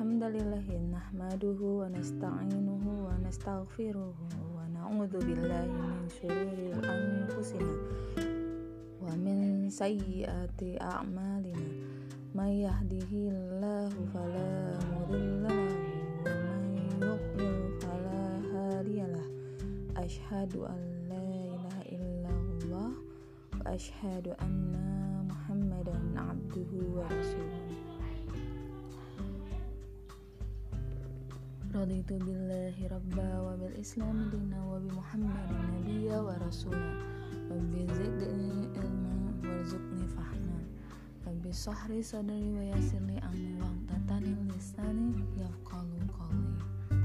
Alhamdulillahi nahmaduhu wa nasta'inuhu wa nastaghfiruhu wa na'udzu billahi min syururi anfusina wa min sayyiati a'malina may yahdihillahu fala mudilla lahu wa may yudlil fala hadiyalah. Asyhadu an la ilaha illallah wa asyhadu anna Muhammadan abduhu wa rasuluh. Raditu billahi rabba wa bil islam dina wa bi Muhammadin nabiyya wa rasula. Rabbi zidni ilma warzuqni fahma. Rabbi sahri sadri wa yassirli amri wahlul lisani yafqahu qawli.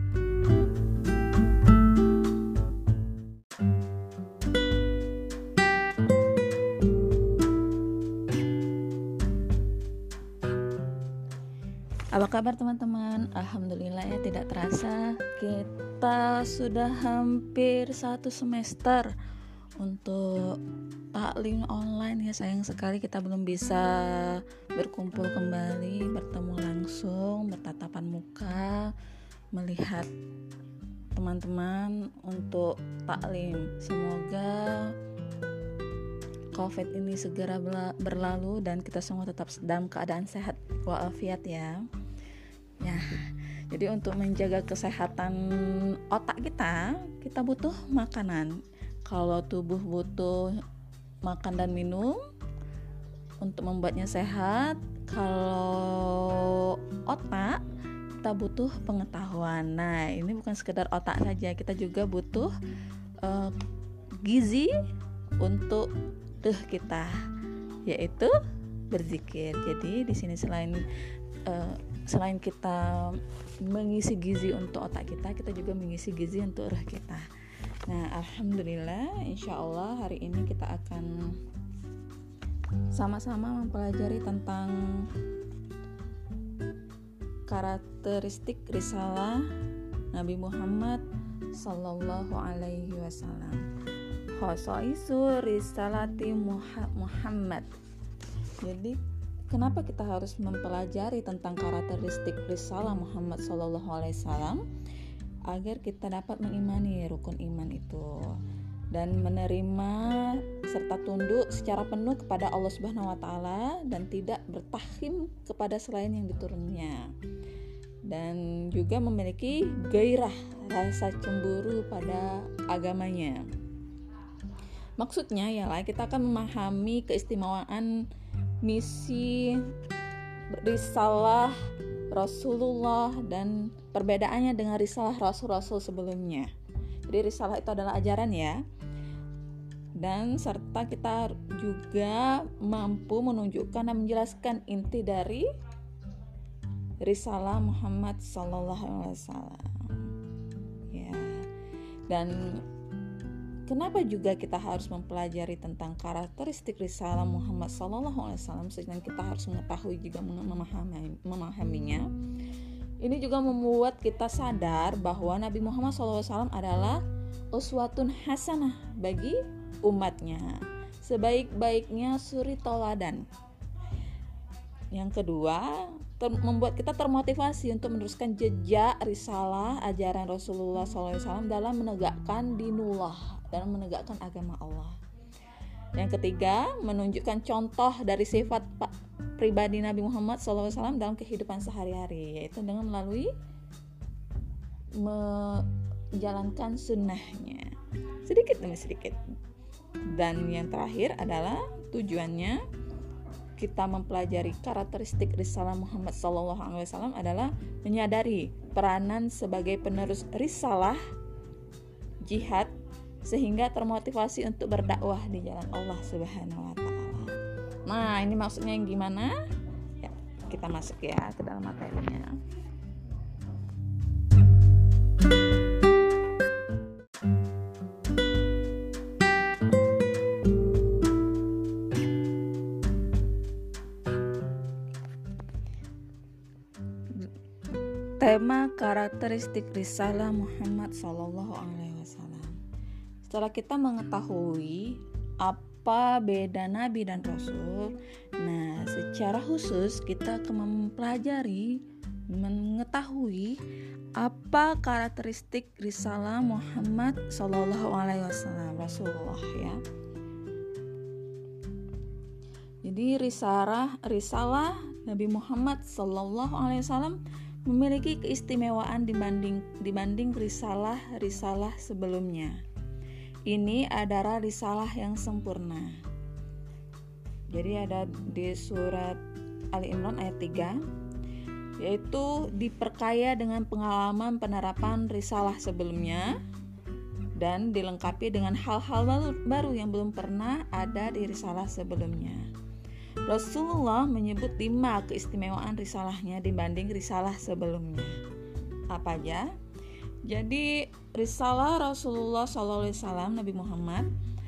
Apa kabar teman-teman? Alhamdulillah ya, tidak terasa kita sudah hampir 1 semester untuk taklim online ya. Sayang sekali kita belum bisa berkumpul kembali, bertemu langsung, bertatapan muka, melihat teman-teman untuk taklim. Semoga COVID ini segera berlalu dan kita semua tetap dalam keadaan sehat walafiat ya. Ya, jadi untuk menjaga kesehatan otak kita butuh makanan. Kalau tubuh butuh makan dan minum untuk membuatnya sehat. Kalau otak kita butuh pengetahuan. Nah, ini bukan sekedar otak saja, kita juga butuh gizi untuk kita, yaitu berzikir. Jadi di sini selain kita mengisi gizi untuk otak kita juga mengisi gizi untuk roh kita. Nah, alhamdulillah, insyaallah hari ini kita akan sama-sama mempelajari tentang karakteristik risalah Nabi Muhammad sallallahu alaihi wasallam. Khosaisu risalati Muhammad. Jadi kenapa kita harus mempelajari tentang karakteristik risalah Muhammad sallallahu alaihi wasallam? Agar kita dapat mengimani rukun iman itu dan menerima serta tunduk secara penuh kepada Allah Subhanahu wa taala dan tidak bertakhim kepada selain yang diturunnya. Dan juga memiliki gairah, rasa cemburu pada agamanya. Maksudnya ialah kita akan memahami keistimewaan misi risalah Rasulullah dan perbedaannya dengan risalah rasul-rasul sebelumnya. Jadi risalah itu adalah ajaran ya. Dan serta kita juga mampu menunjukkan dan menjelaskan inti dari risalah Muhammad sallallahu alaihi wasallam. Ya. Dan kenapa juga kita harus mempelajari tentang karakteristik risalah Muhammad sallallahu alaihi wasallam sehingga kita harus mengetahui juga memahaminya. Ini juga membuat kita sadar bahwa Nabi Muhammad sallallahu alaihi wasallam adalah uswatun hasanah bagi umatnya, sebaik-baiknya suri tauladan. Yang kedua, membuat kita termotivasi untuk meneruskan jejak risalah ajaran Rasulullah SAW dalam menegakkan dinullah, dalam menegakkan agama Allah. Yang ketiga, menunjukkan contoh dari sifat pribadi Nabi Muhammad SAW dalam kehidupan sehari-hari, yaitu dengan melalui menjalankan sunnahnya sedikit demi sedikit. Dan yang terakhir adalah tujuannya kita mempelajari karakteristik risalah Muhammad SAW adalah menyadari peranan sebagai penerus risalah jihad sehingga termotivasi untuk berdakwah di jalan Allah Subhanahu wa taala. Nah, ini maksudnya yang gimana? Ya, kita masuk ya ke dalam materinya. Tema karakteristik risalah Muhammad sallallahu alaihi wasallam. Setelah kita mengetahui apa beda nabi dan rasul, nah secara khusus kita akan mempelajari mengetahui apa karakteristik risalah Muhammad Sallallahu Alaihi Wasallam, Rasulullah ya. Jadi risalah Nabi Muhammad Sallallahu Alaihi Wasallam memiliki keistimewaan dibanding risalah sebelumnya. Ini adalah risalah yang sempurna. Jadi ada di surat Ali Imran ayat 3, yaitu diperkaya dengan pengalaman penerapan risalah sebelumnya dan dilengkapi dengan hal-hal baru yang belum pernah ada di risalah sebelumnya. Rasulullah menyebut 5 keistimewaan risalahnya dibanding risalah sebelumnya. Apa aja? Jadi risalah Rasulullah SAW, Nabi Muhammad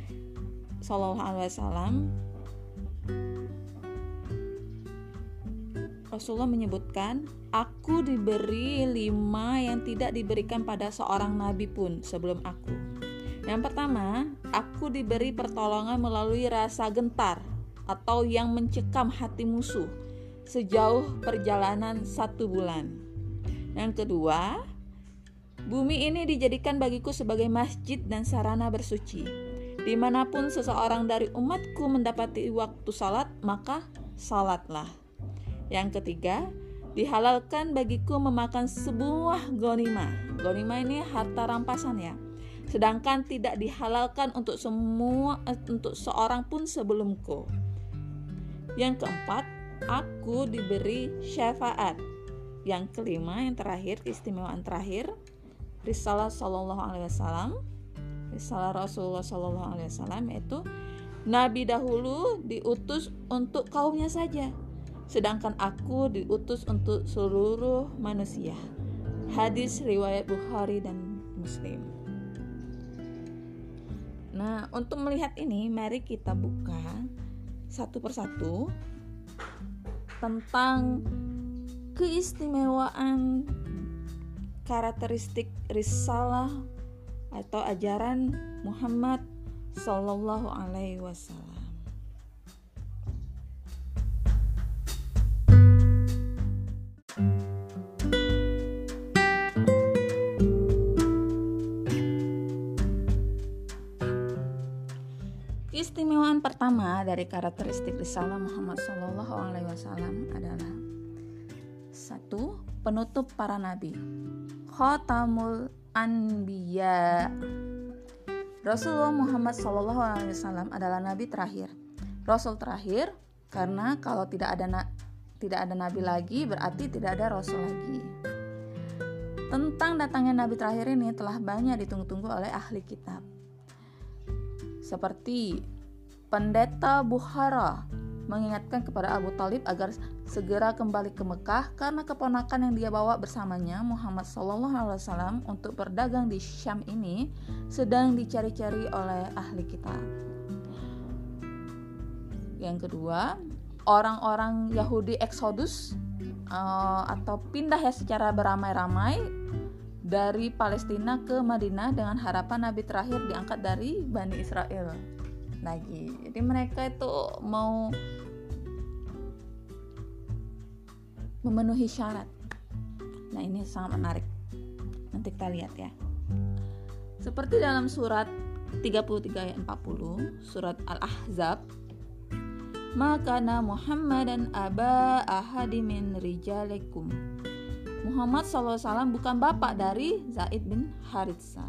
SAW, Rasulullah menyebutkan, aku diberi 5 yang tidak diberikan pada seorang nabi pun sebelum aku. Yang pertama, aku diberi pertolongan melalui rasa gentar atau yang mencekam hati musuh sejauh perjalanan 1 bulan. Yang kedua, bumi ini dijadikan bagiku sebagai masjid dan sarana bersuci. Dimanapun seseorang dari umatku mendapati waktu salat, maka salatlah. Yang ketiga, dihalalkan bagiku memakan sebuah ghanimah. Ghanimah ini harta rampasan ya. Sedangkan tidak dihalalkan untuk seorang pun sebelumku. Yang keempat, aku diberi syafaat. Yang kelima, yang terakhir, keistimewaan terakhir, risalah Sallallahu Alaihi Wasallam, risalah Rasulullah Sallallahu Alaihi Wasallam, yaitu Nabi dahulu diutus untuk kaumnya saja, sedangkan aku diutus untuk seluruh manusia. Hadis riwayat Bukhari dan Muslim. Nah, untuk melihat ini, mari kita buka satu persatu tentang keistimewaan karakteristik risalah atau ajaran Muhammad Sallallahu Alaihi Wasallam. Keistimewaan pertama dari karakteristik risalah Muhammad Sallallahu Alaihi Wasallam adalah 1. Penutup para nabi, Khatamul Anbiya. Rasulullah Muhammad Sallallahu Alaihi Wasallam adalah nabi terakhir, rasul terakhir, karena kalau tidak ada nabi lagi berarti tidak ada rasul lagi. Tentang datangnya nabi terakhir ini telah banyak ditunggu-tunggu oleh ahli kitab, seperti pendeta Bukhara mengingatkan kepada Abu Talib agar segera kembali ke Mekah karena keponakan yang dia bawa bersamanya, Muhammad Sallallahu Alaihi Wasallam, untuk berdagang di Syam ini sedang dicari-cari oleh ahli kitab. Yang kedua, orang-orang Yahudi Exodus atau pindah ya secara beramai-ramai dari Palestina ke Madinah dengan harapan nabi terakhir diangkat dari Bani Israel lagi. Jadi mereka itu mau memenuhi syarat. Nah, ini sangat menarik. Nanti kita lihat ya. Seperti dalam surat 33 ayat 40, surat Al-Ahzab, "Makana Muhammadan aba ahadi min rijalikum." Muhammad SAW bukan bapak dari Zaid bin Haritsah.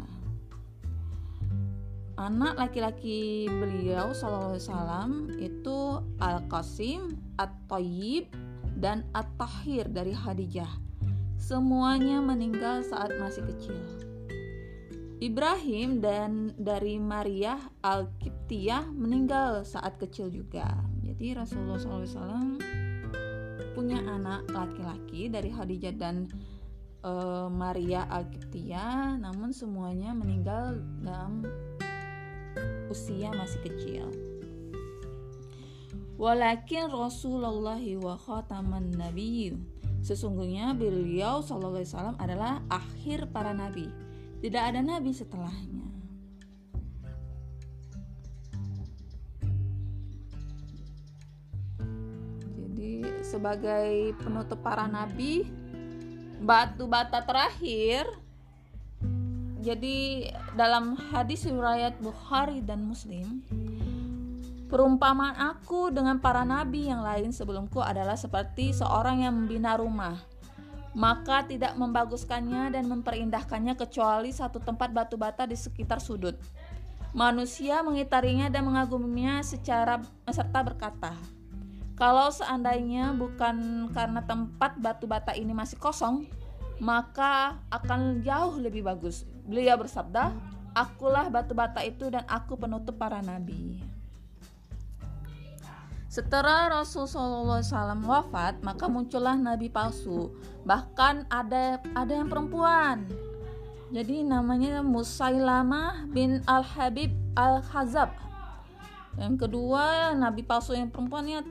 Anak laki-laki beliau SAW itu Al-Qasim, At-Thayyib, dan At-Tahir dari Khadijah. Semuanya meninggal saat masih kecil. Ibrahim dan dari Maria Al-Qibtiyah meninggal saat kecil juga. Jadi Rasulullah SAW punya anak laki-laki dari Khadijah dan Maria Al-Qibtiyah, namun semuanya meninggal dalam usia masih kecil. Walakin Rasulullah wa khataman nabiyyin. Sesungguhnya beliau sallallahu alaihi wasallam adalah akhir para nabi. Tidak ada nabi setelahnya. Jadi sebagai penutup para nabi, batu bata terakhir. Jadi dalam hadis riwayat Bukhari dan Muslim, perumpamaan aku dengan para nabi yang lain sebelumku adalah seperti seorang yang membina rumah, maka tidak membaguskannya dan memperindahkannya kecuali satu tempat batu bata di sekitar sudut. Manusia mengitarinya dan mengaguminya serta berkata, kalau seandainya bukan karena tempat batu bata ini masih kosong, maka akan jauh lebih bagus. Beliau bersabda, akulah batu bata itu dan aku penutup para nabi. Setelah Rasulullah SAW wafat, maka muncullah nabi palsu. Bahkan ada yang perempuan. Jadi namanya Musailamah bin Al-Habib Al-Khazab. Yang kedua, nabi palsu yang perempuannya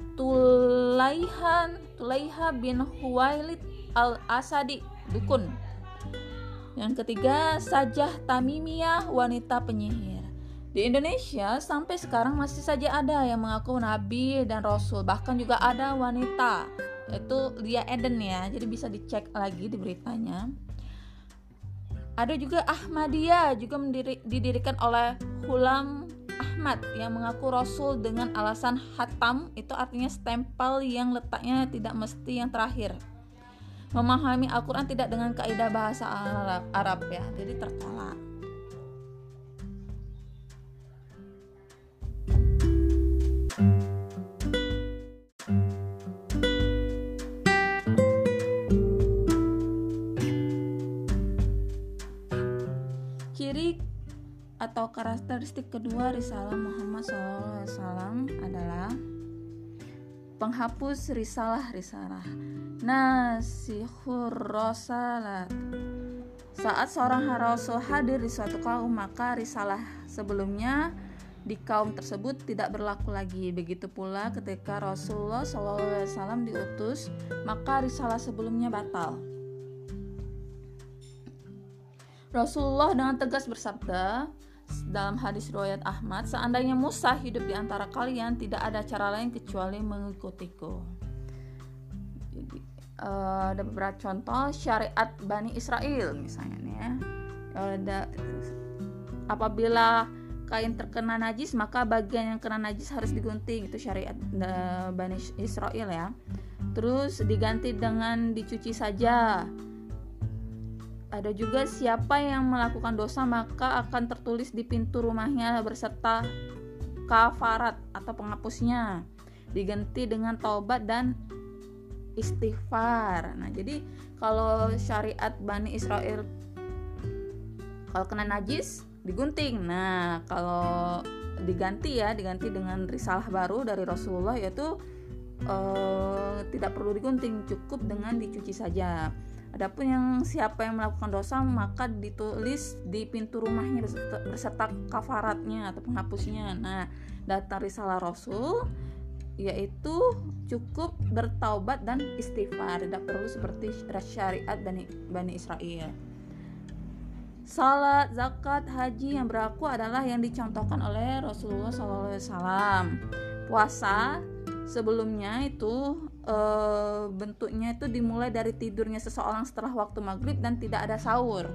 Tulaiha bin Huwailid Al-Asadi, dukun. Yang ketiga, Sajah Tamimiyah, wanita penyihir. Di Indonesia sampai sekarang masih saja ada yang mengaku nabi dan rasul. Bahkan juga ada wanita, yaitu Lia Eden ya. Jadi bisa dicek lagi di beritanya. Ada juga Ahmadiyah, juga didirikan oleh Hulam Ahmad yang mengaku rasul dengan alasan hatam, itu artinya stempel yang letaknya tidak mesti yang terakhir. Memahami Al-Quran tidak dengan kaidah bahasa Arab ya, jadi tertolak. Ciri atau karakteristik kedua risalah Muhammad SAW adalah penghapus risalah-risalah, nasihur risalat. Saat seorang rasul hadir di suatu kaum, maka risalah sebelumnya di kaum tersebut tidak berlaku lagi. Begitu pula ketika Rasulullah SAW diutus, maka risalah sebelumnya batal. Rasulullah dengan tegas bersabda dalam hadis riwayat Ahmad, seandainya Musa hidup di antara kalian, tidak ada cara lain kecuali mengikutiku. Jadi ada beberapa contoh syariat Bani Israel misalnya ya. Apabila kain terkena najis, maka bagian yang kena najis harus digunting, itu syariat Bani Israel ya. Terus diganti dengan dicuci saja. Ada juga siapa yang melakukan dosa maka akan tertulis di pintu rumahnya beserta kafarat atau penghapusnya, diganti dengan taubat dan istighfar. Nah, jadi kalau syariat Bani Israel, kalau kena najis digunting. Nah, kalau diganti dengan risalah baru dari Rasulullah, yaitu tidak perlu digunting, cukup dengan dicuci saja. Adapun yang siapa yang melakukan dosa maka ditulis di pintu rumahnya beserta kafaratnya atau penghapusnya. Nah, data risalah Rasul yaitu cukup bertaubat dan istighfar, tidak perlu seperti syariat Bani Israel. Salat, zakat, haji yang berlaku adalah yang dicontohkan oleh Rasulullah SAW. Puasa sebelumnya itu bentuknya itu dimulai dari tidurnya seseorang setelah waktu maghrib dan tidak ada sahur.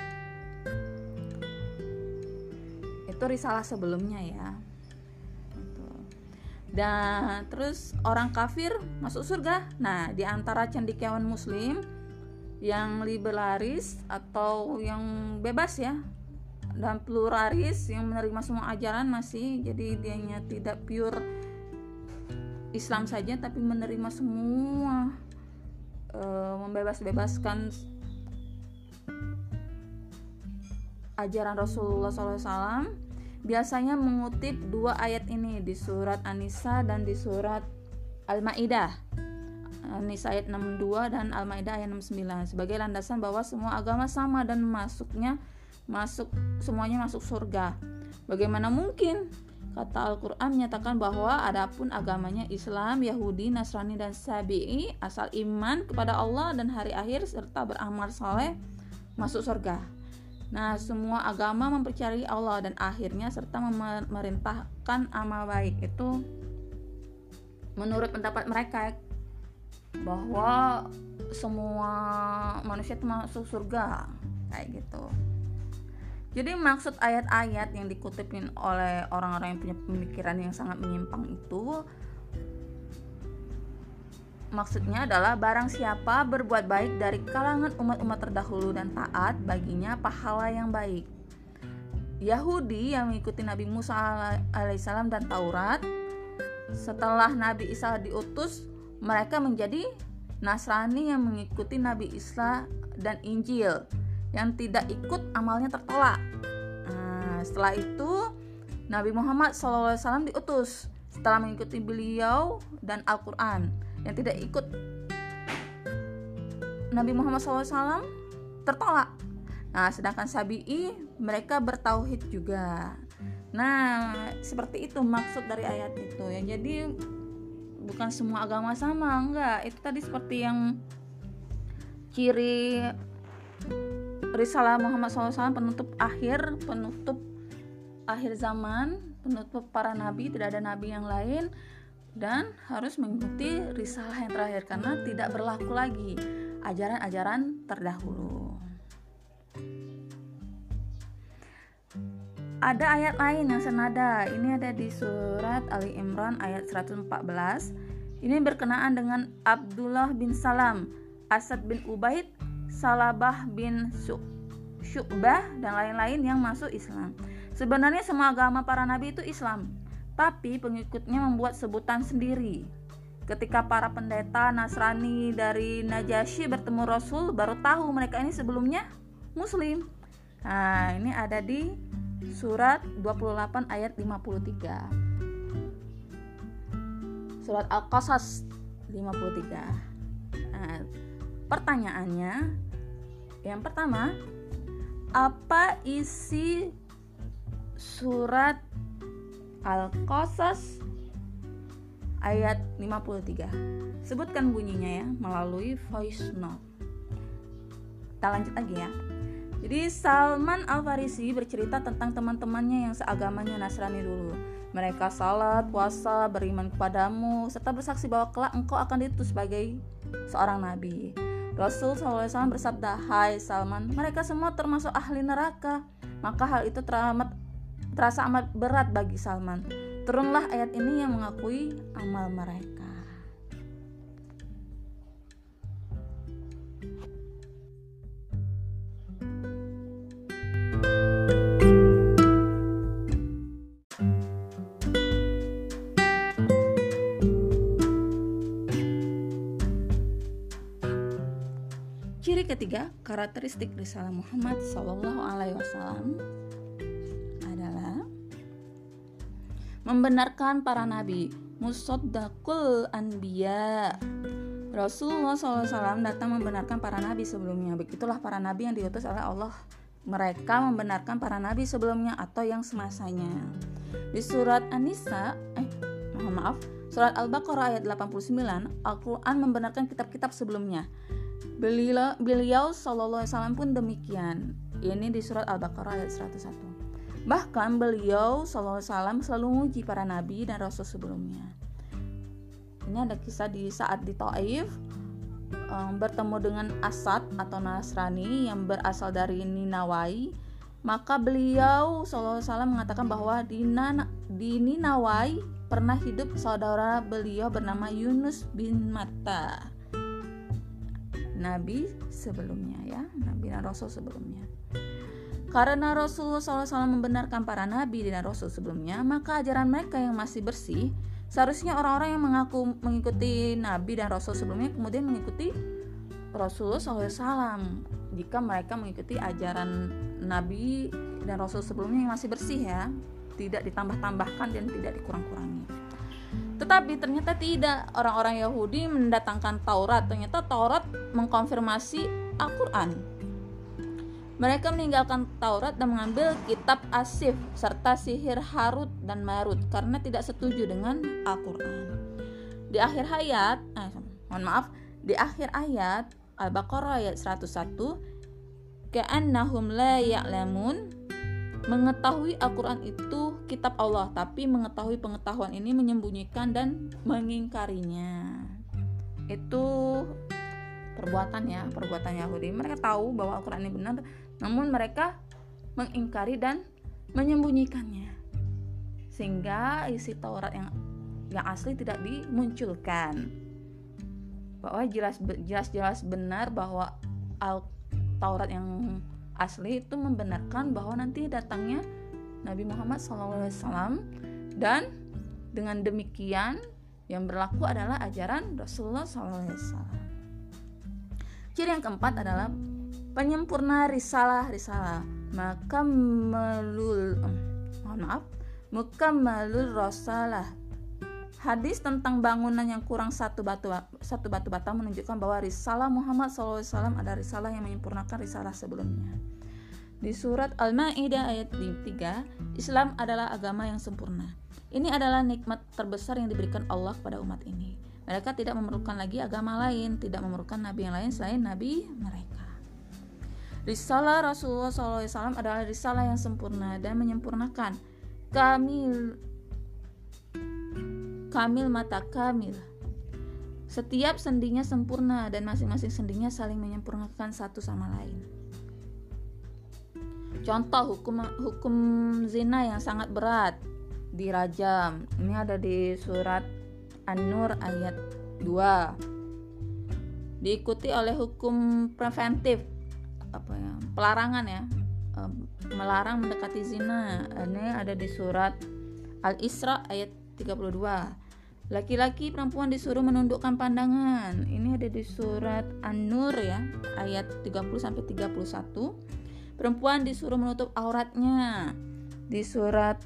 Itu risalah sebelumnya ya. Dan terus orang kafir masuk surga. Nah, di antara cendekiawan muslim yang liberalis atau yang bebas ya, dan pluralis yang menerima semua ajaran masih, jadi dianya tidak pure Islam saja tapi menerima semua, membebas-bebaskan ajaran Rasulullah SAW, biasanya mengutip dua ayat ini di surat An-Nisa dan di surat Al-Maidah. An-Nisa ayat 62 dan Al-Maidah ayat 69 sebagai landasan bahwa semua agama sama dan semuanya masuk surga. Bagaimana mungkin? Kata Al-Quran menyatakan bahwa adapun agamanya Islam, Yahudi, Nasrani, dan Sabi'i asal iman kepada Allah dan hari akhir serta beramal saleh masuk surga. Nah, semua agama mempercayai Allah dan akhirnya serta memerintahkan amal baik. Itu menurut pendapat mereka. bahwa semua manusia itu masuk surga kayak gitu. Jadi maksud ayat-ayat yang dikutipin oleh orang-orang yang punya pemikiran yang sangat menyimpang itu, maksudnya adalah barang siapa berbuat baik dari kalangan umat-umat terdahulu dan taat, baginya pahala yang baik. Yahudi yang mengikuti Nabi Musa alaihissalam dan Taurat, setelah Nabi Isa diutus, mereka menjadi Nasrani yang mengikuti Nabi Isa dan Injil. Yang tidak ikut amalnya tertolak. Setelah itu Nabi Muhammad SAW diutus setelah mengikuti beliau dan Al-Quran. Yang tidak ikut Nabi Muhammad SAW tertolak. Sedangkan Sabi'i mereka bertauhid juga. Seperti itu maksud dari ayat itu ya. Jadi bukan semua agama sama, enggak. Itu tadi seperti yang ciri Risalah Muhammad SAW, penutup akhir zaman, penutup para nabi, tidak ada nabi yang lain, dan harus mengikuti risalah yang terakhir karena tidak berlaku lagi ajaran-ajaran terdahulu. Ada ayat lain yang senada, ini ada di surat Ali Imran ayat 114. Ini berkenaan dengan Abdullah bin Salam, Asad bin Ubaid, Salabah bin Syu'bah dan lain-lain yang masuk Islam. Sebenarnya semua agama para nabi itu Islam, tapi pengikutnya membuat sebutan sendiri. Ketika para pendeta Nasrani dari Najasyi bertemu Rasul, baru tahu mereka ini sebelumnya Muslim. Ini ada di surat 28 ayat 53. Surat Al-Qasas 53. Pertanyaannya, yang pertama, apa isi surat Al-Qasas ayat 53? Sebutkan bunyinya ya melalui voice note. Kita lanjut lagi ya. Jadi Salman Al-Farisi bercerita tentang teman-temannya yang seagamanya Nasrani dulu. Mereka salat, puasa, beriman kepadamu, serta bersaksi bahwa kelak engkau akan diutus sebagai seorang nabi. Rasul SAW bersabda, "Hai Salman, mereka semua termasuk ahli neraka." Maka hal itu terasa amat berat bagi Salman. Turunlah ayat ini yang mengakui amal mereka. Ciri ketiga, karakteristik risalah Muhammad SAW adalah membenarkan para nabi, musaddaqul anbiya. Rasulullah SAW datang membenarkan para nabi sebelumnya. Begitulah para nabi yang diutus oleh Allah. Mereka membenarkan para nabi sebelumnya atau yang semasanya. Di surat An-Nisa, surat Al-Baqarah ayat 89, Al-Quran membenarkan kitab-kitab sebelumnya. Beliau SAW pun demikian. Ini di surat Al-Baqarah ayat 101. Bahkan beliau SAW selalu menguji para nabi dan rasul sebelumnya. Ini ada kisah di saat di Taif bertemu dengan Asad atau Nasrani yang berasal dari Ninawai. Maka beliau SAW mengatakan bahwa di Ninawai pernah hidup saudara beliau bernama Yunus bin Matta, nabi sebelumnya ya, nabi dan rasul sebelumnya. Karena Rasulullah SAW membenarkan para nabi dan rasul sebelumnya, maka ajaran mereka yang masih bersih, seharusnya orang-orang yang mengaku mengikuti nabi dan rasul sebelumnya kemudian mengikuti Rasulullah SAW. Jika mereka mengikuti ajaran nabi dan rasul sebelumnya yang masih bersih ya, tidak ditambah-tambahkan dan tidak dikurang-kurangi. Tetapi ternyata tidak. Orang-orang Yahudi mendatangkan Taurat. Ternyata Taurat mengkonfirmasi Al-Quran. Mereka meninggalkan Taurat dan mengambil kitab Asif serta sihir Harut dan Marut karena tidak setuju dengan Al-Quran. Di akhir ayat Al-Baqarah ayat 101, ka'annahum la ya'lamun, mengetahui Al-Quran itu kitab Allah, tapi mengetahui pengetahuan ini menyembunyikan dan mengingkarinya. itu perbuatan Yahudi. Mereka tahu bahwa Al-Quran ini benar, namun mereka mengingkari dan menyembunyikannya, sehingga isi Taurat yang asli tidak dimunculkan. Bahwa jelas benar bahwa Taurat yang asli itu membenarkan bahwa nanti datangnya Nabi Muhammad SAW, dan dengan demikian yang berlaku adalah ajaran Rasulullah SAW. Ciri yang keempat adalah penyempurna risalah. Mukammalul Rasalah. Hadis tentang bangunan yang kurang satu batu bata menunjukkan bahwa risalah Muhammad SAW adalah risalah yang menyempurnakan risalah sebelumnya. Di surat Al-Maidah ayat 3, Islam adalah agama yang sempurna. Ini adalah nikmat terbesar yang diberikan Allah kepada umat ini. Mereka tidak memerlukan lagi agama lain, tidak memerlukan nabi yang lain selain nabi mereka. Risalah Rasulullah SAW adalah risalah yang sempurna dan menyempurnakan. Kamil mata kamil. Setiap sendinya sempurna dan masing-masing sendinya saling menyempurnakan satu sama lain. Contoh hukum zina yang sangat berat, dirajam. Ini ada di surat An-Nur ayat 2. Diikuti oleh hukum preventif, pelarangan melarang mendekati zina. Ini ada di surat Al-Isra ayat 32. Laki-laki perempuan disuruh menundukkan pandangan. Ini ada di surat An-Nur ayat 30-31. Perempuan disuruh menutup auratnya di surat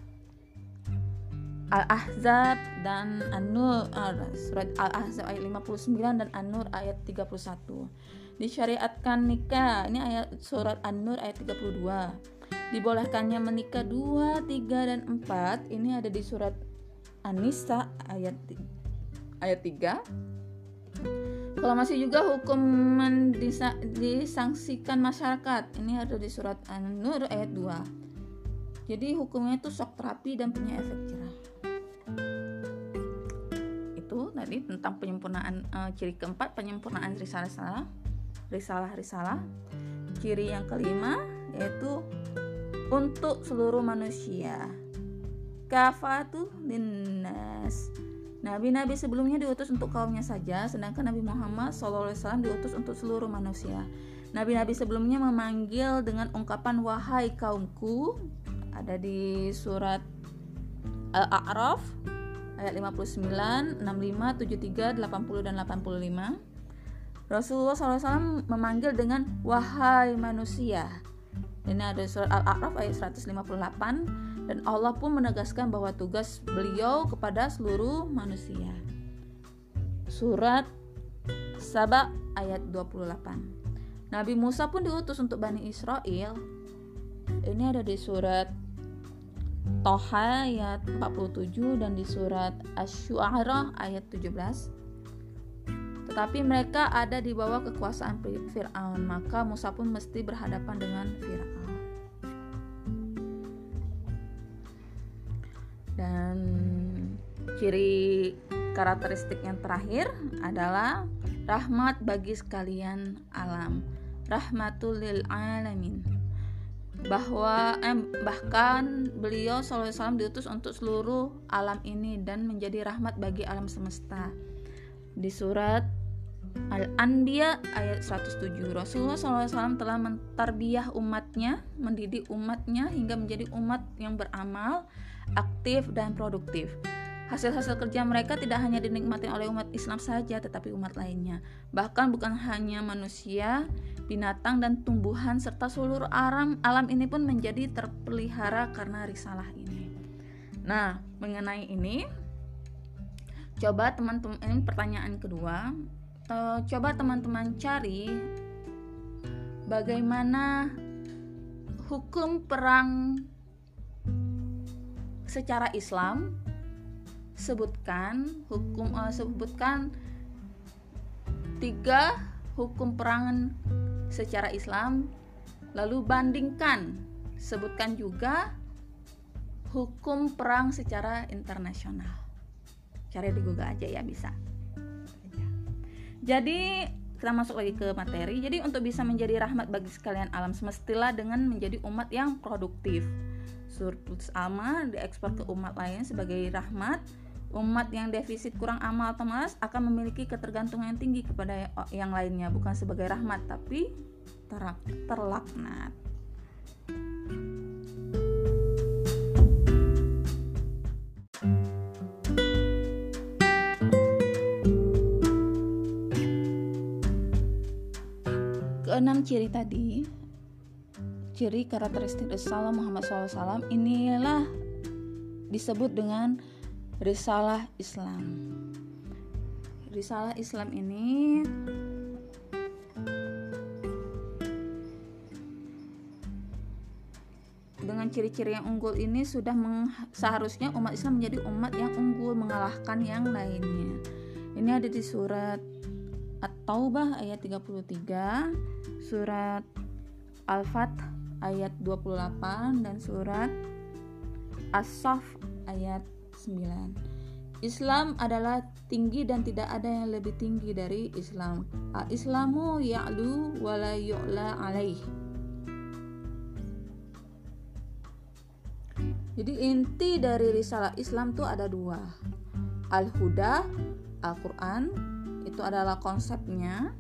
Al-Ahzab dan An-Nur, surat Al-Ahzab ayat 59 dan An-Nur ayat 31. Disyariatkan nikah, ini ayat surat An-Nur ayat 32. Dibolehkannya menikah 2, 3 dan 4, ini ada di surat An-Nisa ayat 3. Kalau masih juga hukuman disangsikan masyarakat, ini ada di surat An-Nur ayat 2. Jadi hukumnya itu shock terapi dan punya efek jerah. Itu tadi tentang penyempurnaan. Ciri keempat, penyempurnaan risalah. Ciri yang kelima yaitu untuk seluruh manusia. Kafatu linnas. Nabi-nabi sebelumnya diutus untuk kaumnya saja, sedangkan Nabi Muhammad SAW diutus untuk seluruh manusia. Nabi-nabi sebelumnya memanggil dengan ungkapan wahai kaumku, ada di surat Al-A'raf ayat 59, 65, 73, 80 dan 85. Rasulullah SAW memanggil dengan wahai manusia. Ini ada di surat Al-A'raf ayat 158. Dan Allah pun menegaskan bahwa tugas beliau kepada seluruh manusia. Surat Saba ayat 28. Nabi Musa pun diutus untuk Bani Israel. Ini ada di surat Toha ayat 47 dan di surat Asy-Syu'ara ayat 17. Tetapi mereka ada di bawah kekuasaan Fir'aun, maka Musa pun mesti berhadapan dengan Fir'aun. Dan ciri karakteristik yang terakhir adalah rahmat bagi sekalian alam, rahmatul lil alamin. Bahkan beliau SAW diutus untuk seluruh alam ini dan menjadi rahmat bagi alam semesta. Di surat Al-Anbiya ayat 107, Rasulullah SAW telah mentarbiyah umatnya, mendidik umatnya hingga menjadi umat yang beramal, aktif dan produktif. Hasil-hasil kerja mereka tidak hanya dinikmati oleh umat Islam saja, tetapi umat lainnya. Bahkan bukan hanya manusia, binatang dan tumbuhan serta seluruh alam ini pun menjadi terpelihara karena risalah ini. Nah, mengenai ini, coba teman-teman, ini pertanyaan kedua, coba teman-teman cari bagaimana hukum perang secara Islam. Sebutkan 3 hukum perang secara Islam, lalu bandingkan. Sebutkan juga hukum perang secara internasional. Cari di Google aja ya, bisa. Jadi kita masuk lagi ke materi. Jadi untuk bisa menjadi rahmat bagi sekalian alam semestilah dengan menjadi umat yang produktif. Surplus amal diekspor ke umat lain sebagai rahmat. Umat yang defisit kurang amal atau malas akan memiliki ketergantungan yang tinggi kepada yang lainnya, bukan sebagai rahmat tapi terlaknat. Keenam ciri tadi, ciri karakteristik Rasulullah Muhammad SAW, inilah disebut dengan risalah Islam. Risalah Islam ini dengan ciri-ciri yang unggul ini sudah seharusnya umat Islam menjadi umat yang unggul mengalahkan yang lainnya. Ini ada di surat At-Taubah ayat 33, surat Al-Fath ayat 28 dan surat As-Saff ayat 9. Islam adalah tinggi dan tidak ada yang lebih tinggi dari Islam. Al-Islamu ya'lu wa la yu'la alaih. Jadi inti dari risalah Islam tuh ada dua. Al-Huda, Al-Quran, itu adalah konsepnya,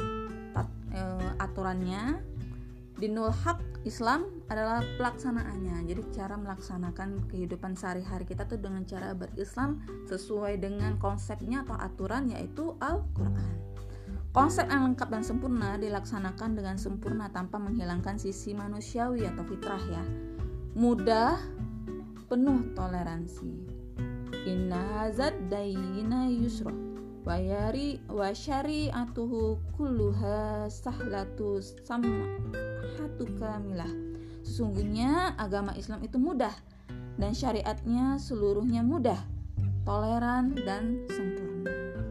aturannya. Dinul Haq, Islam adalah pelaksanaannya. Jadi cara melaksanakan kehidupan sehari-hari kita tuh dengan cara berislam sesuai dengan konsepnya atau aturan, yaitu Al-Quran. Konsep yang lengkap dan sempurna dilaksanakan dengan sempurna tanpa menghilangkan sisi manusiawi atau fitrah ya. Mudah, penuh toleransi. Inna hazad dayina yusra wa syari'atuhu kulluha sahlatu samhatu kamilah. Sesungguhnya agama Islam itu mudah dan syariatnya seluruhnya mudah, toleran dan sempurna.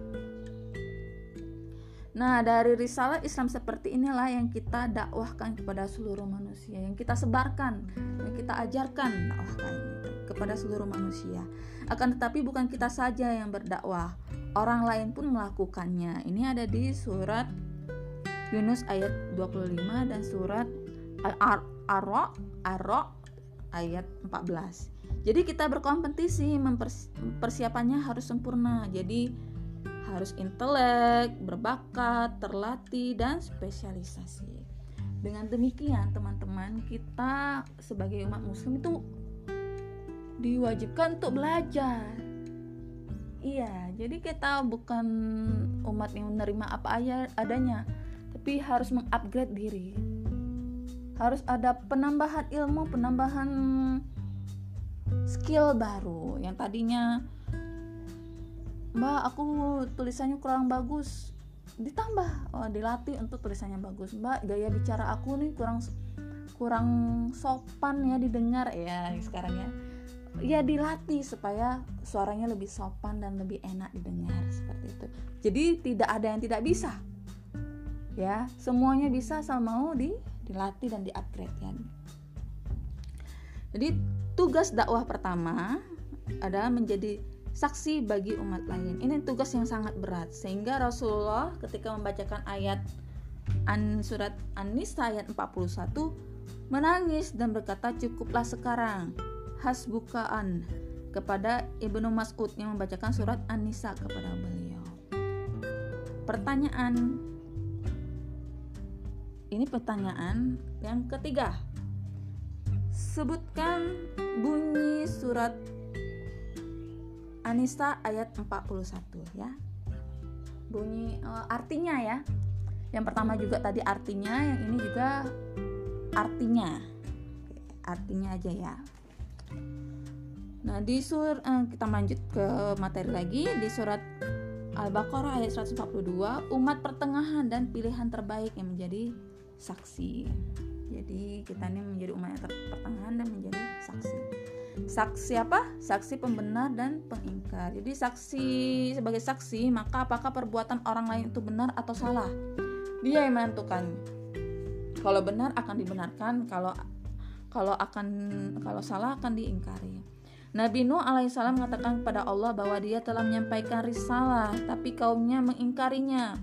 Nah, dari risalah Islam seperti inilah yang kita dakwahkan kepada seluruh manusia, yang kita sebarkan, yang kita ajarkan dakwahkan kepada seluruh manusia. Akan tetapi bukan kita saja yang berdakwah, orang lain pun melakukannya. Ini ada di surat Yunus ayat 25 dan surat Ar-Ra ayat 14. Jadi kita berkompetisi, persiapannya harus sempurna. Jadi harus intelek, berbakat, terlatih, dan spesialisasi. Dengan demikian teman-teman, kita sebagai umat muslim itu diwajibkan untuk belajar. Iya, jadi kita bukan umat yang menerima apa adanya, tapi harus mengupgrade diri. Harus ada penambahan ilmu, penambahan skill baru. Yang tadinya, Mbak, aku tulisannya kurang bagus, ditambah, dilatih untuk tulisannya bagus. Mbak, gaya bicara aku nih kurang sopan ya didengar ya sekarang ya. Ya dilatih supaya suaranya lebih sopan dan lebih enak didengar, seperti itu. Jadi tidak ada yang tidak bisa. Ya, semuanya bisa asal mau dilatih dan di-upgrade ya. Jadi tugas dakwah pertama adalah menjadi saksi bagi umat lain. Ini tugas yang sangat berat, sehingga Rasulullah ketika membacakan ayat surat An-Nisa ayat 41 menangis dan berkata, cukuplah sekarang, hasbukaan, kepada Ibnu Mas'ud yang membacakan surat An-Nisa kepada beliau. Pertanyaan yang ketiga, sebutkan bunyi surat An-Nisa ayat 41 ya. Bunyi artinya ya. Yang pertama juga tadi artinya, yang ini juga artinya. Artinya aja ya. Nah, kita lanjut ke materi lagi di surat Al-Baqarah ayat 142, umat pertengahan dan pilihan terbaik yang menjadi saksi. Jadi kita ini menjadi umat yang pertengahan dan menjadi saksi. Saksi apa? Saksi pembenar dan pengingkar. Jadi sebagai saksi, maka apakah perbuatan orang lain itu benar atau salah? Dia yang menentukan. Kalau benar akan dibenarkan, kalau salah akan diingkari. Nabi Nuh alaihissalam mengatakan kepada Allah bahwa dia telah menyampaikan risalah, tapi kaumnya mengingkarinya.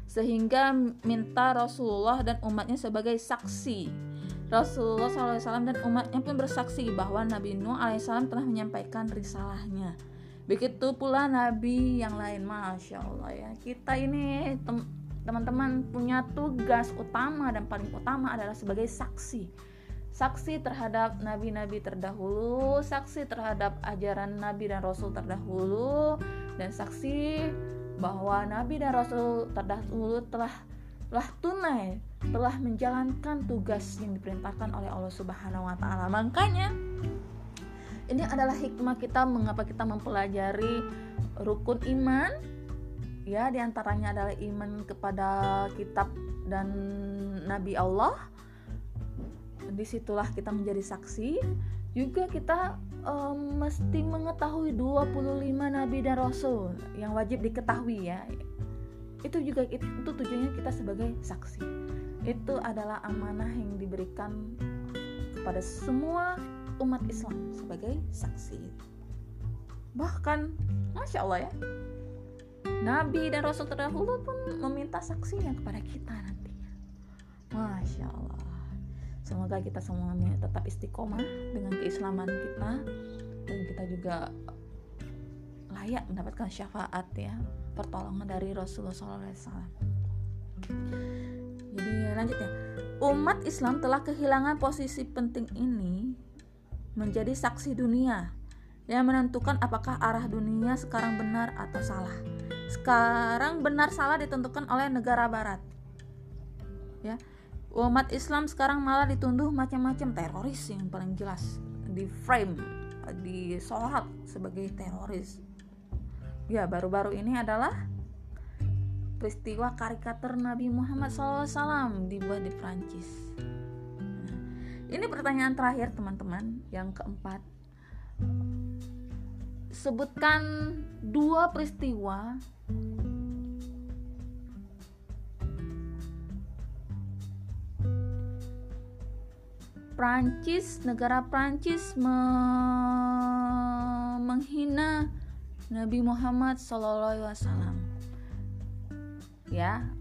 sehingga minta Rasulullah dan umatnya sebagai saksi. Rasulullah SAW dan umatnya pun bersaksi bahwa Nabi Nuh alaihissalam telah menyampaikan risalahnya. Begitu pula Nabi yang lain. Masya Allah ya, kita ini teman-teman punya tugas utama dan paling utama adalah sebagai saksi. Saksi terhadap nabi-nabi terdahulu, saksi terhadap ajaran nabi dan rasul terdahulu, dan saksi bahwa nabi dan rasul terdahulu telah tunai, telah menjalankan tugas yang diperintahkan oleh Allah Subhanahu wa taala. Makanya ini adalah hikmah kita mengapa kita mempelajari rukun iman. Ya, diantaranya adalah iman kepada kitab dan nabi Allah. Disitulah kita menjadi saksi. Juga kita mesti mengetahui 25 nabi dan rasul yang wajib diketahui ya. Itu tujuannya kita sebagai saksi. Itu adalah amanah yang diberikan kepada semua umat Islam sebagai saksi. Bahkan Masya Allah ya, nabi dan rasul terdahulu pun meminta saksinya kepada kita nantinya. Masya Allah. Semoga kita semuanya tetap istiqomah dengan keislaman kita, dan kita juga layak mendapatkan syafaat ya, pertolongan dari Rasulullah SAW. Jadi lanjutnya, umat Islam telah kehilangan posisi penting ini menjadi saksi dunia yang menentukan apakah arah dunia sekarang benar atau salah. Sekarang benar salah ditentukan oleh negara barat. Ya. Umat Islam sekarang malah dituduh macam-macam teroris, yang paling jelas di frame, disorot sebagai teroris. Ya, baru-baru ini adalah peristiwa karikatur Nabi Muhammad SAW dibuat di Prancis. Nah, ini pertanyaan terakhir teman-teman, yang keempat. Sebutkan 2 peristiwa negara Prancis menghina Nabi Muhammad SAW. Ya,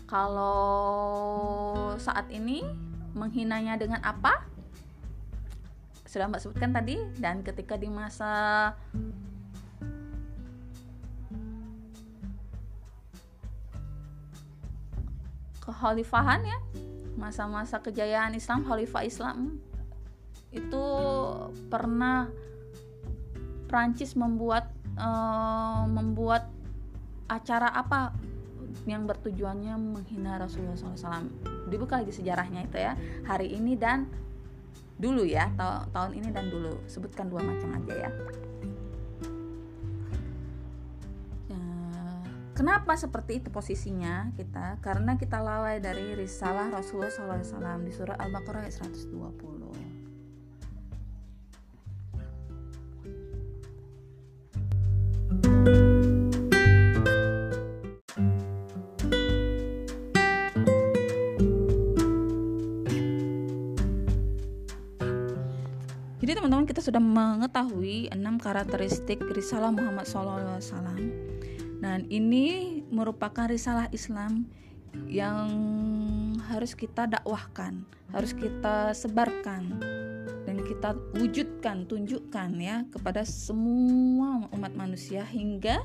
kalau saat ini menghinanya dengan apa? Sudah Mbak sebutkan tadi. Dan ketika di masa kekhalifahan ya, masa-masa kejayaan Islam, khalifah Islam, itu pernah Prancis membuat acara apa yang bertujuannya menghina Rasulullah SAW. Dibuka lagi sejarahnya itu ya, hari ini dan dulu ya, tahun ini dan dulu. Sebutkan 2 macam aja ya. Kenapa seperti itu posisinya kita? Karena kita lalai dari risalah Rasulullah SAW di surah Al-Baqarah ayat 120. Jadi teman-teman, kita sudah mengetahui 6 karakteristik risalah Muhammad SAW. Dan ini merupakan risalah Islam yang harus kita dakwahkan, harus kita sebarkan, dan kita wujudkan, tunjukkan ya kepada semua umat manusia, hingga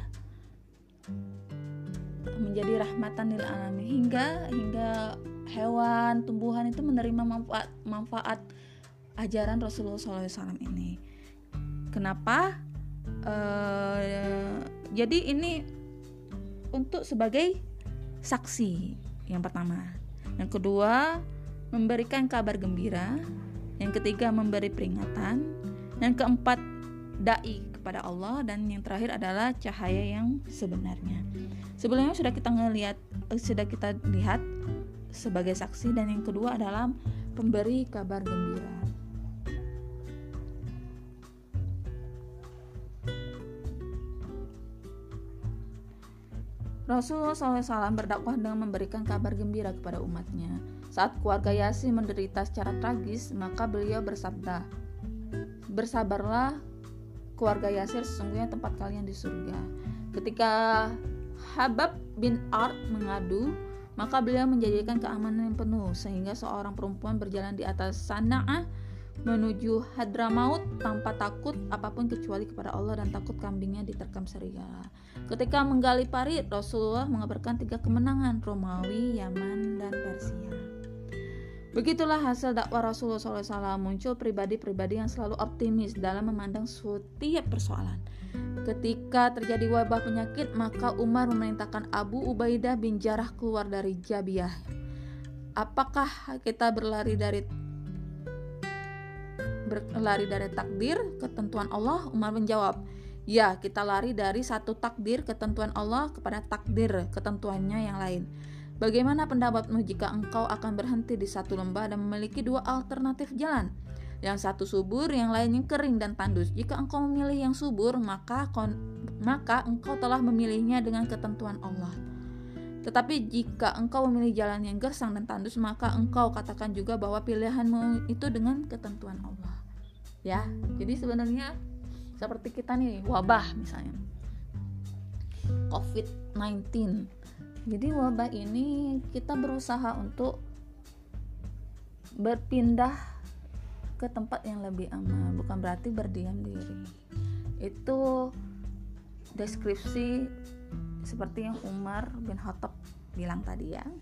menjadi rahmatan lil alamin, hingga hewan, tumbuhan itu menerima manfaat ajaran Rasulullah SAW ini. Kenapa? Jadi ini untuk sebagai saksi yang pertama. Yang kedua, memberikan kabar gembira. Yang ketiga, memberi peringatan. Yang keempat, dai kepada Allah. Dan yang terakhir adalah cahaya yang sebenarnya. Sebelumnya sudah kita lihat sebagai saksi, dan yang kedua adalah pemberi kabar gembira. Rasulullah SAW berdakwah dengan memberikan kabar gembira kepada umatnya. Saat keluarga Yasin menderita secara tragis, maka beliau bersabda, "Bersabarlah keluarga Yasir, sesungguhnya tempat kalian di surga." Ketika Habab bin Art mengadu, maka beliau menjadikan keamanan yang penuh sehingga seorang perempuan berjalan di atas Sana'ah menuju Hadramaut tanpa takut apapun kecuali kepada Allah dan takut kambingnya diterkam serigala. Ketika menggali parit, Rasulullah mengabarkan 3 kemenangan, Romawi, Yaman, dan Persia. Begitulah hasil dakwah Rasulullah SAW. Muncul pribadi-pribadi yang selalu optimis dalam memandang setiap persoalan. Ketika terjadi wabah penyakit, maka Umar memerintahkan Abu Ubaidah bin Jarrah keluar dari Jabiyah. Apakah kita berlari dari takdir, ketentuan Allah? Umar menjawab, ya, kita lari dari satu takdir, ketentuan Allah, kepada takdir, ketentuannya yang lain. Bagaimana pendapatmu jika engkau akan berhenti di satu lembah dan memiliki 2 alternatif jalan? Yang satu subur, yang lainnya kering dan tandus. Jika engkau memilih yang subur, maka engkau telah memilihnya dengan ketentuan Allah. Tetapi jika engkau memilih jalan yang gersang dan tandus, maka engkau katakan juga bahwa pilihanmu itu dengan ketentuan Allah. Ya, jadi sebenarnya seperti kita nih, wabah misalnya COVID-19. Jadi wabah ini kita berusaha untuk berpindah ke tempat yang lebih aman, bukan berarti berdiam diri. Itu deskripsi seperti yang Umar bin Khattab bilang tadi ya.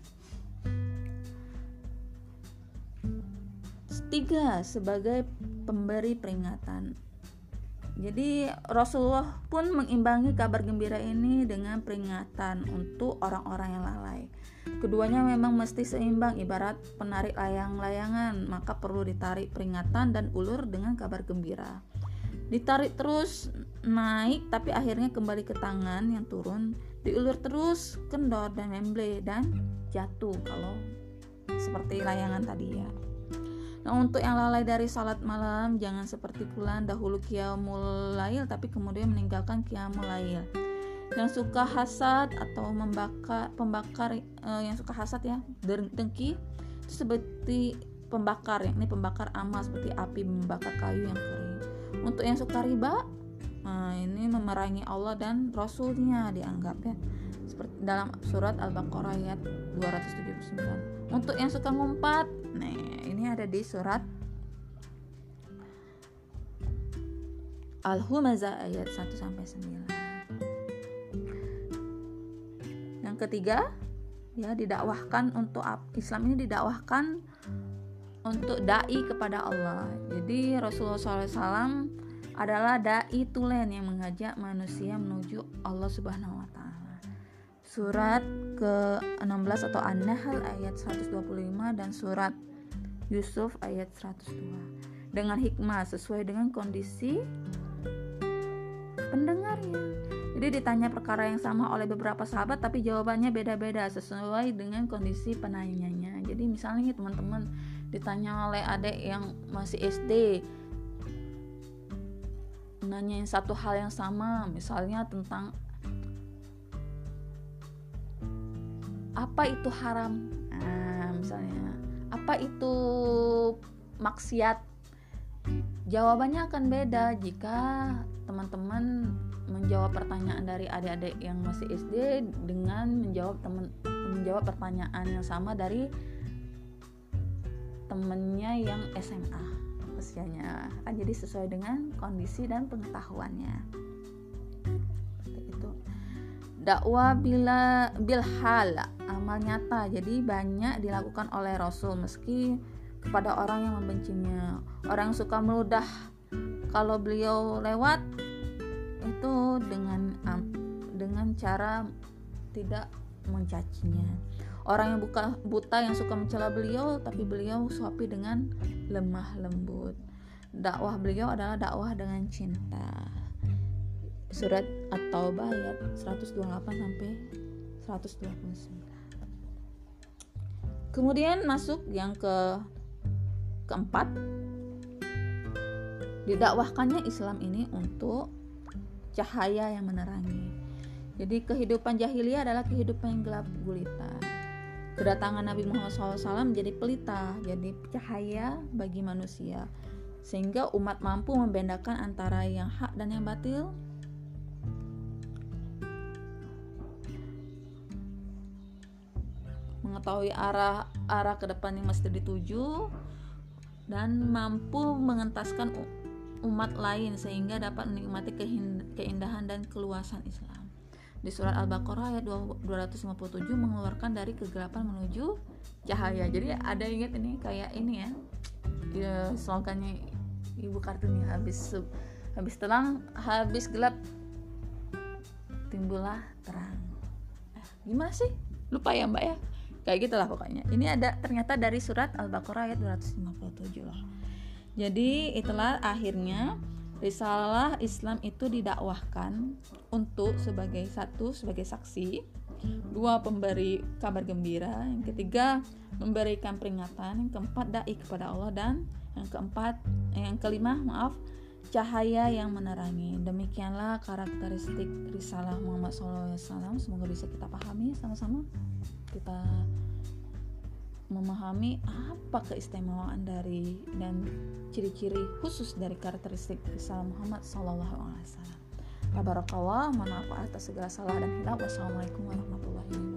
3. Sebagai pemberi peringatan. Jadi Rasulullah pun mengimbangi kabar gembira ini dengan peringatan untuk orang-orang yang lalai. Keduanya memang mesti seimbang, ibarat penarik layang-layangan, maka perlu ditarik peringatan dan ulur dengan kabar gembira. Ditarik terus naik tapi akhirnya kembali ke tangan yang turun, diulur terus kendor dan memble dan jatuh kalau seperti layangan tadi ya. Nah, untuk yang lalai dari salat malam, jangan seperti fulan dahulu qiyamul lail tapi kemudian meninggalkan qiyamul lail. Yang suka hasad atau pembakar yang suka hasad ya, dengki, itu seperti pembakar, ini pembakar amal seperti api membakar kayu yang kering. Untuk yang suka riba, ini memerangi Allah dan Rasulnya dianggap ya, seperti dalam surat Al-Baqarah ayat 279. Untuk yang suka ngumpat, nah ini ada di surat Al-Humazah ayat 1-9. Yang ketiga, ya, didakwahkan untuk Islam ini didakwahkan untuk dai kepada Allah. Jadi Rasulullah SAW adalah dai tulen yang mengajak manusia menuju Allah Subhanahu wa taala. Surat ke-16 atau An-Nahl ayat 125 dan surat Yusuf ayat 102. Dengan hikmah sesuai dengan kondisi pendengarnya. Jadi ditanya perkara yang sama oleh beberapa sahabat tapi jawabannya beda-beda sesuai dengan kondisi penanyanya. Jadi misalnya nih teman-teman ditanya oleh adik yang masih SD, nanyain satu hal yang sama, misalnya tentang apa itu haram, misalnya apa itu maksiat, jawabannya akan beda jika teman-teman menjawab pertanyaan dari adik-adik yang masih SD dengan menjawab pertanyaan yang sama dari temennya yang SMA usianya, kan jadi sesuai dengan kondisi dan pengetahuannya. Itu dakwah bilhal, amal nyata, jadi banyak dilakukan oleh Rasul meski kepada orang yang membencinya. Orang yang suka meludah kalau beliau lewat itu dengan cara tidak mencacinya. Orang yang buta yang suka mencela beliau tapi beliau suapi dengan lemah lembut. Dakwah beliau adalah dakwah dengan cinta. Surat At-Taubah ayat 128-129. Kemudian masuk yang keempat, didakwahkannya Islam ini untuk cahaya yang menerangi. Jadi kehidupan jahiliyah adalah kehidupan yang gelap gulita. Kedatangan Nabi Muhammad SAW menjadi pelita, jadi cahaya bagi manusia, sehingga umat mampu membedakan antara yang hak dan yang batil. mengetahui arah ke depan yang mesti dituju, dan mampu mengentaskan umat lain sehingga dapat menikmati keindahan dan keluasan Islam. Di surat Al-Baqarah ayat 257 mengeluarkan dari kegelapan menuju cahaya. Jadi ada ingat ini kayak ini ya slogannya Ibu Kartini, habis terang, habis gelap timbullah terang. Gimana sih? Lupa ya Mbak ya? Kayak gitulah pokoknya. Ini ada ternyata dari surat Al-Baqarah ayat 257 loh. Jadi itulah akhirnya risalah Islam itu didakwahkan untuk sebagai saksi, dua pemberi kabar gembira, yang ketiga memberikan peringatan, yang keempat dai kepada Allah, dan yang kelima cahaya yang menerangi. Demikianlah karakteristik risalah Muhammad SAW. Semoga bisa kita pahami sama-sama, kita memahami apa keistimewaan dari dan ciri-ciri khusus dari karakteristik risalah Muhammad SAW. Barakallah, mohon maaf atas segala salah dan hilaf. Wassalamualaikum warahmatullahi wabarakatuh.